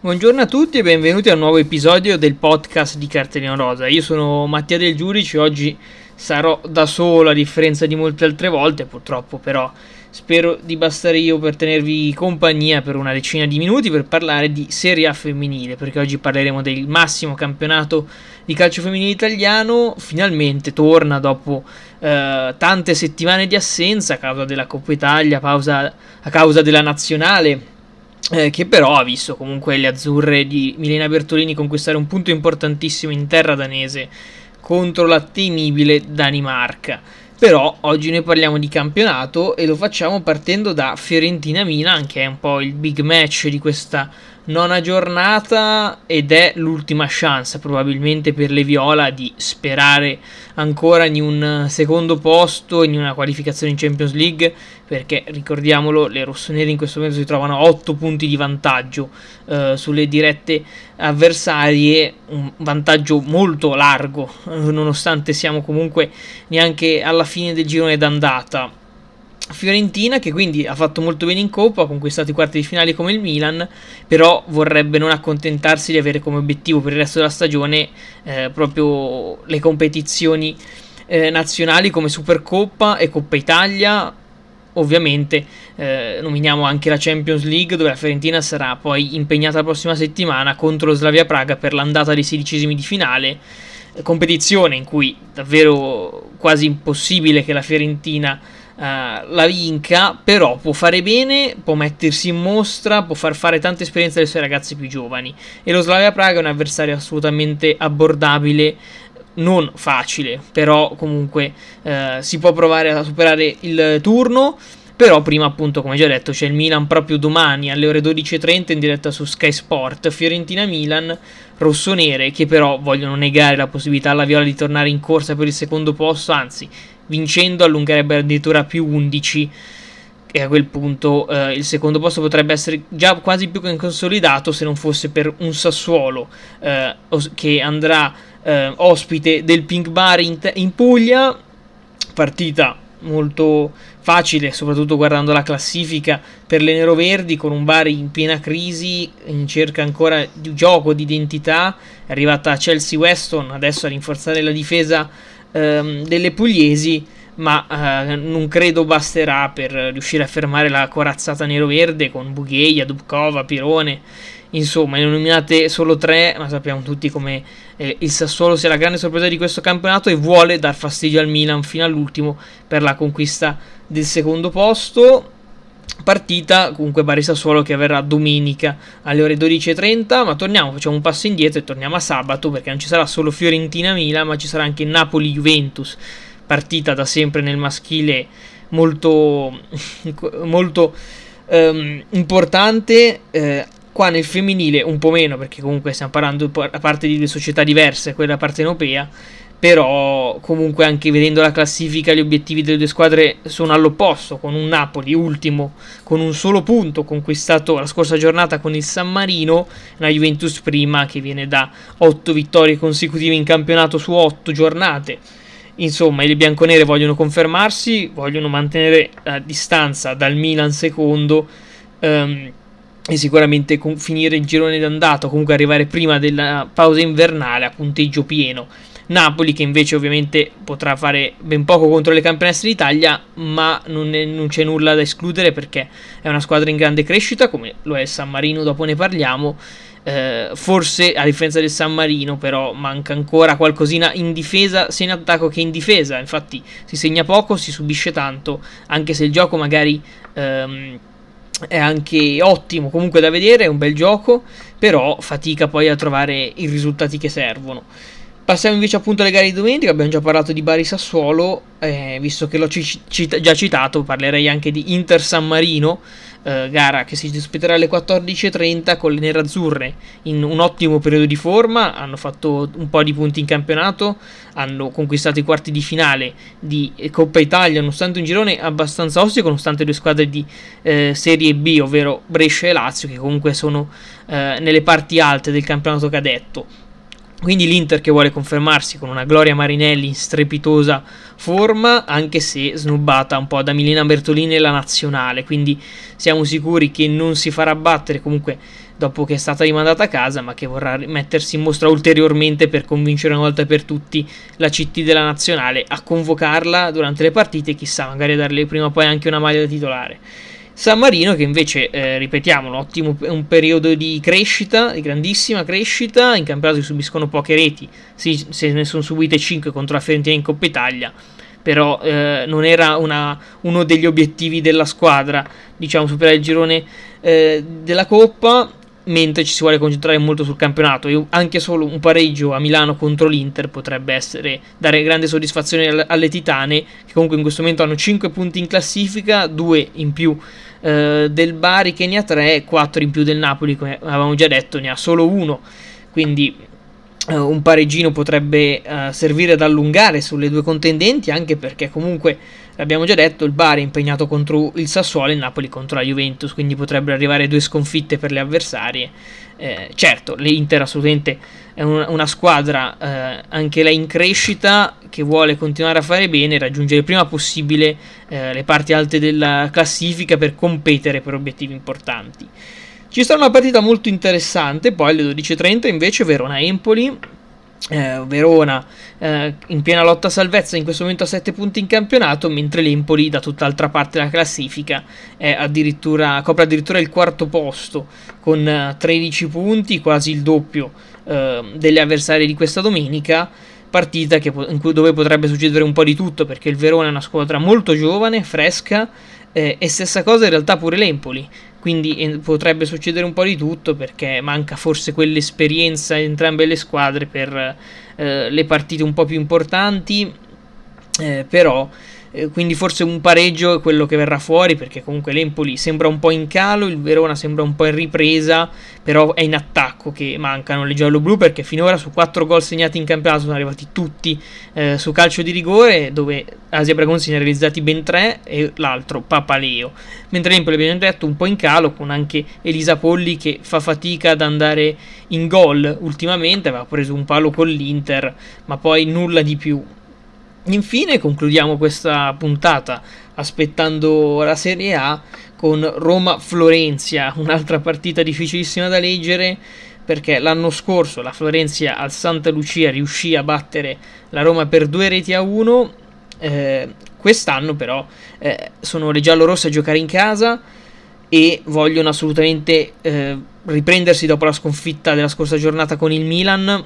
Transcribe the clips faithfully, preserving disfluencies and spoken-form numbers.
Buongiorno a tutti e benvenuti a un nuovo episodio del podcast di Cartellino Rosa. Io sono Mattia Del Giudice, oggi sarò da solo a differenza di molte altre volte, purtroppo però spero di bastare io per tenervi compagnia per una decina di minuti per parlare di Serie A femminile, perché oggi parleremo del massimo campionato di calcio femminile italiano. Finalmente torna dopo eh, tante settimane di assenza a causa della Coppa Italia, a causa, a causa della nazionale. Eh, che però ha visto comunque le azzurre di Milena Bertolini conquistare un punto importantissimo in terra danese contro la temibile Danimarca. Però oggi noi parliamo di campionato e lo facciamo partendo da Fiorentina-Milan, che è un po' il big match di questa nona giornata ed è l'ultima chance probabilmente per le viola di sperare ancora in un secondo posto, in una qualificazione in Champions League, perché ricordiamolo, le rossonere in questo momento si trovano a otto punti di vantaggio eh, sulle dirette avversarie, un vantaggio molto largo nonostante siamo comunque neanche alla fine del girone d'andata. Fiorentina che quindi ha fatto molto bene in Coppa, ha conquistato i quarti di finale come il Milan, però vorrebbe non accontentarsi di avere come obiettivo per il resto della stagione eh, proprio le competizioni eh, nazionali come Supercoppa e Coppa Italia. Ovviamente eh, nominiamo anche la Champions League, dove la Fiorentina sarà poi impegnata la prossima settimana contro lo Slavia Praga per l'andata dei sedicesimi di finale, competizione in cui davvero quasi impossibile che la Fiorentina Uh, la vinca, però può fare bene, può mettersi in mostra, può far fare tante esperienze alle sue ragazze più giovani, e lo Slavia Praga è un avversario assolutamente abbordabile, non facile, però comunque uh, si può provare a superare il turno. Però prima, appunto, come già detto, c'è il Milan proprio domani alle ore dodici e trenta in diretta su Sky Sport, Fiorentina-Milan, rossonere che però vogliono negare la possibilità alla Viola di tornare in corsa per il secondo posto, anzi vincendo allungherebbe addirittura più undici, e a quel punto eh, il secondo posto potrebbe essere già quasi più che consolidato se non fosse per un Sassuolo eh, che andrà eh, ospite del Pink Bar in, in Puglia. Partita molto facile, soprattutto guardando la classifica per le neroverdi, con un Bari in piena crisi, in cerca ancora di gioco, di identità. È arrivata Chelsea Weston adesso a rinforzare la difesa ehm, delle pugliesi, ma eh, non credo basterà per riuscire a fermare la corazzata neroverde con Bugheia, Dubkova, Pirone. Insomma, ne ho nominate solo tre, ma sappiamo tutti come eh, il Sassuolo sia la grande sorpresa di questo campionato e vuole dar fastidio al Milan fino all'ultimo per la conquista del secondo posto. Partita comunque Bari-Sassuolo che avverrà domenica alle ore dodici e trenta, ma torniamo, facciamo un passo indietro e torniamo a sabato, perché non ci sarà solo Fiorentina-Milan, ma ci sarà anche Napoli-Juventus, partita da sempre nel maschile molto, molto ehm, importante. eh, Qua nel femminile un po' meno, perché comunque stiamo parlando a parte di due società diverse, quella partenopea, però comunque anche vedendo la classifica gli obiettivi delle due squadre sono all'opposto, con un Napoli ultimo con un solo punto conquistato la scorsa giornata con il San Marino, una Juventus prima che viene da otto vittorie consecutive in campionato su otto giornate. Insomma, le bianconere vogliono confermarsi, vogliono mantenere la distanza dal Milan secondo, um, e sicuramente con finire il girone d'andata, comunque arrivare prima della pausa invernale a punteggio pieno. Napoli che invece ovviamente potrà fare ben poco contro le campionesse d'Italia, ma non, è, non c'è nulla da escludere, perché è una squadra in grande crescita, come lo è il San Marino, dopo ne parliamo. Eh, forse a differenza del San Marino però manca ancora qualcosina in difesa, sia in attacco che in difesa. Infatti si segna poco, si subisce tanto, anche se il gioco magari ehm, è anche ottimo comunque da vedere, è un bel gioco, però fatica poi a trovare i risultati che servono. Passiamo invece appunto alle gare di domenica. Abbiamo già parlato di Bari-Sassuolo, eh, visto che l'ho c- c- già citato parlerei anche di Inter-San Marino, eh, gara che si disputerà alle quattordici e trenta con le nerazzurre in un ottimo periodo di forma. Hanno fatto un po' di punti in campionato, hanno conquistato i quarti di finale di Coppa Italia nonostante un girone abbastanza ostico, nonostante due squadre di eh, Serie B, ovvero Brescia e Lazio, che comunque sono eh, nelle parti alte del campionato cadetto. Quindi l'Inter che vuole confermarsi con una Gloria Marinelli in strepitosa forma, anche se snubbata un po' da Milena Bertolini e la nazionale, quindi siamo sicuri che non si farà battere comunque dopo che è stata rimandata a casa, ma che vorrà mettersi in mostra ulteriormente per convincere una volta per tutti la C T della nazionale a convocarla durante le partite, chissà, magari a darle prima o poi anche una maglia da titolare. San Marino che invece, eh, ripetiamolo, ottimo, un periodo di crescita, di grandissima crescita, in campionato si subiscono poche reti, sì, se ne sono subite cinque contro la Fiorentina in Coppa Italia, però eh, non era una, uno degli obiettivi della squadra, diciamo, superare il girone eh, della Coppa, mentre ci si vuole concentrare molto sul campionato. Io, anche solo un pareggio a Milano contro l'Inter potrebbe essere, dare grande soddisfazione alle, alle Titane, che comunque in questo momento hanno cinque punti in classifica, due in più eh, del Bari che ne ha tre, quattro in più del Napoli, come avevamo già detto ne ha solo uno, quindi eh, un pareggino potrebbe eh, servire ad allungare sulle due contendenti, anche perché comunque l'abbiamo già detto, il Bari è impegnato contro il Sassuolo e il Napoli contro la Juventus, quindi potrebbero arrivare due sconfitte per le avversarie. Eh, certo, l'Inter assolutamente è una, una squadra eh, anche lei in crescita, che vuole continuare a fare bene e raggiungere il prima possibile eh, le parti alte della classifica per competere per obiettivi importanti. Ci sarà una partita molto interessante poi alle dodici e trenta invece, Verona-Empoli. Eh, Verona eh, in piena lotta a salvezza, in questo momento a sette punti in campionato, mentre l'Empoli da tutt'altra parte della classifica è addirittura, copre addirittura il quarto posto con eh, tredici punti, quasi il doppio eh, delle avversarie di questa domenica. Partita che, in cui, dove potrebbe succedere un po' di tutto, perché il Verona è una squadra molto giovane, fresca, eh, e stessa cosa in realtà pure l'Empoli, quindi eh, potrebbe succedere un po' di tutto, perché manca forse quell'esperienza in entrambe le squadre per eh, le partite un po' più importanti, eh, però eh, quindi forse un pareggio è quello che verrà fuori, perché comunque l'Empoli sembra un po' in calo, il Verona sembra un po' in ripresa, però è in attacco che mancano le giallo-blu, perché finora su quattro gol segnati in campionato sono arrivati tutti eh, su calcio di rigore, dove Asia Bragonzi ne ha realizzati ben tre e l'altro Papaleo, mentre l'Empoli, abbiamo detto, un po' in calo, con anche Elisa Polli che fa fatica ad andare in gol ultimamente, aveva preso un palo con l'Inter ma poi nulla di più. Infine concludiamo questa puntata aspettando la Serie A con Roma-Florenzia, un'altra partita difficilissima da leggere, perché l'anno scorso la Florenzia al Santa Lucia riuscì a battere la Roma per due reti a uno, eh, quest'anno però eh, sono le giallorosse a giocare in casa e vogliono assolutamente eh, riprendersi dopo la sconfitta della scorsa giornata con il Milan,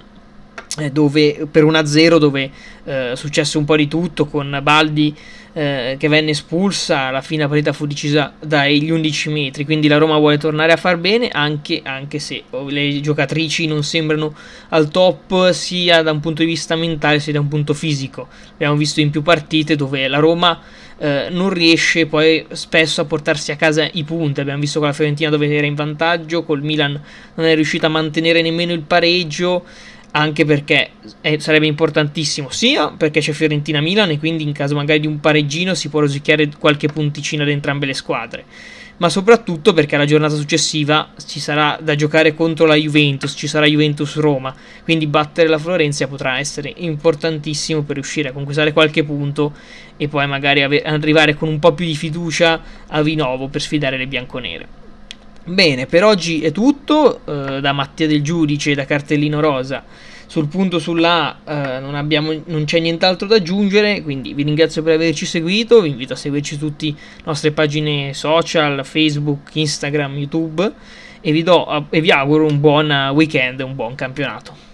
dove per uno a zero, dove eh, successe un po' di tutto, con Baldi eh, che venne espulsa, alla fine la partita fu decisa dagli undici metri, quindi la Roma vuole tornare a far bene, anche, anche se le giocatrici non sembrano al top sia da un punto di vista mentale sia da un punto fisico. Abbiamo visto in più partite dove la Roma eh, non riesce poi spesso a portarsi a casa i punti. Abbiamo visto con la Fiorentina dove era in vantaggio, col Milan non è riuscita a mantenere nemmeno il pareggio, anche perché eh, sarebbe importantissimo, sia perché c'è Fiorentina-Milan e quindi in caso magari di un pareggino si può rosicchiare qualche punticino da entrambe le squadre, ma soprattutto perché la giornata successiva ci sarà da giocare contro la Juventus, ci sarà Juventus-Roma, quindi battere la Florenza potrà essere importantissimo per riuscire a conquistare qualche punto e poi magari ave- arrivare con un po' più di fiducia a Vinovo per sfidare le bianconere. Bene, per oggi è tutto, eh, da Mattia Del Giudice e da Cartellino Rosa. Sul punto sulla A eh, non, abbiamo, non c'è nient'altro da aggiungere, quindi vi ringrazio per averci seguito, vi invito a seguirci tutte le nostre pagine social, Facebook, Instagram, YouTube, e vi, do, e vi auguro un buon weekend e un buon campionato.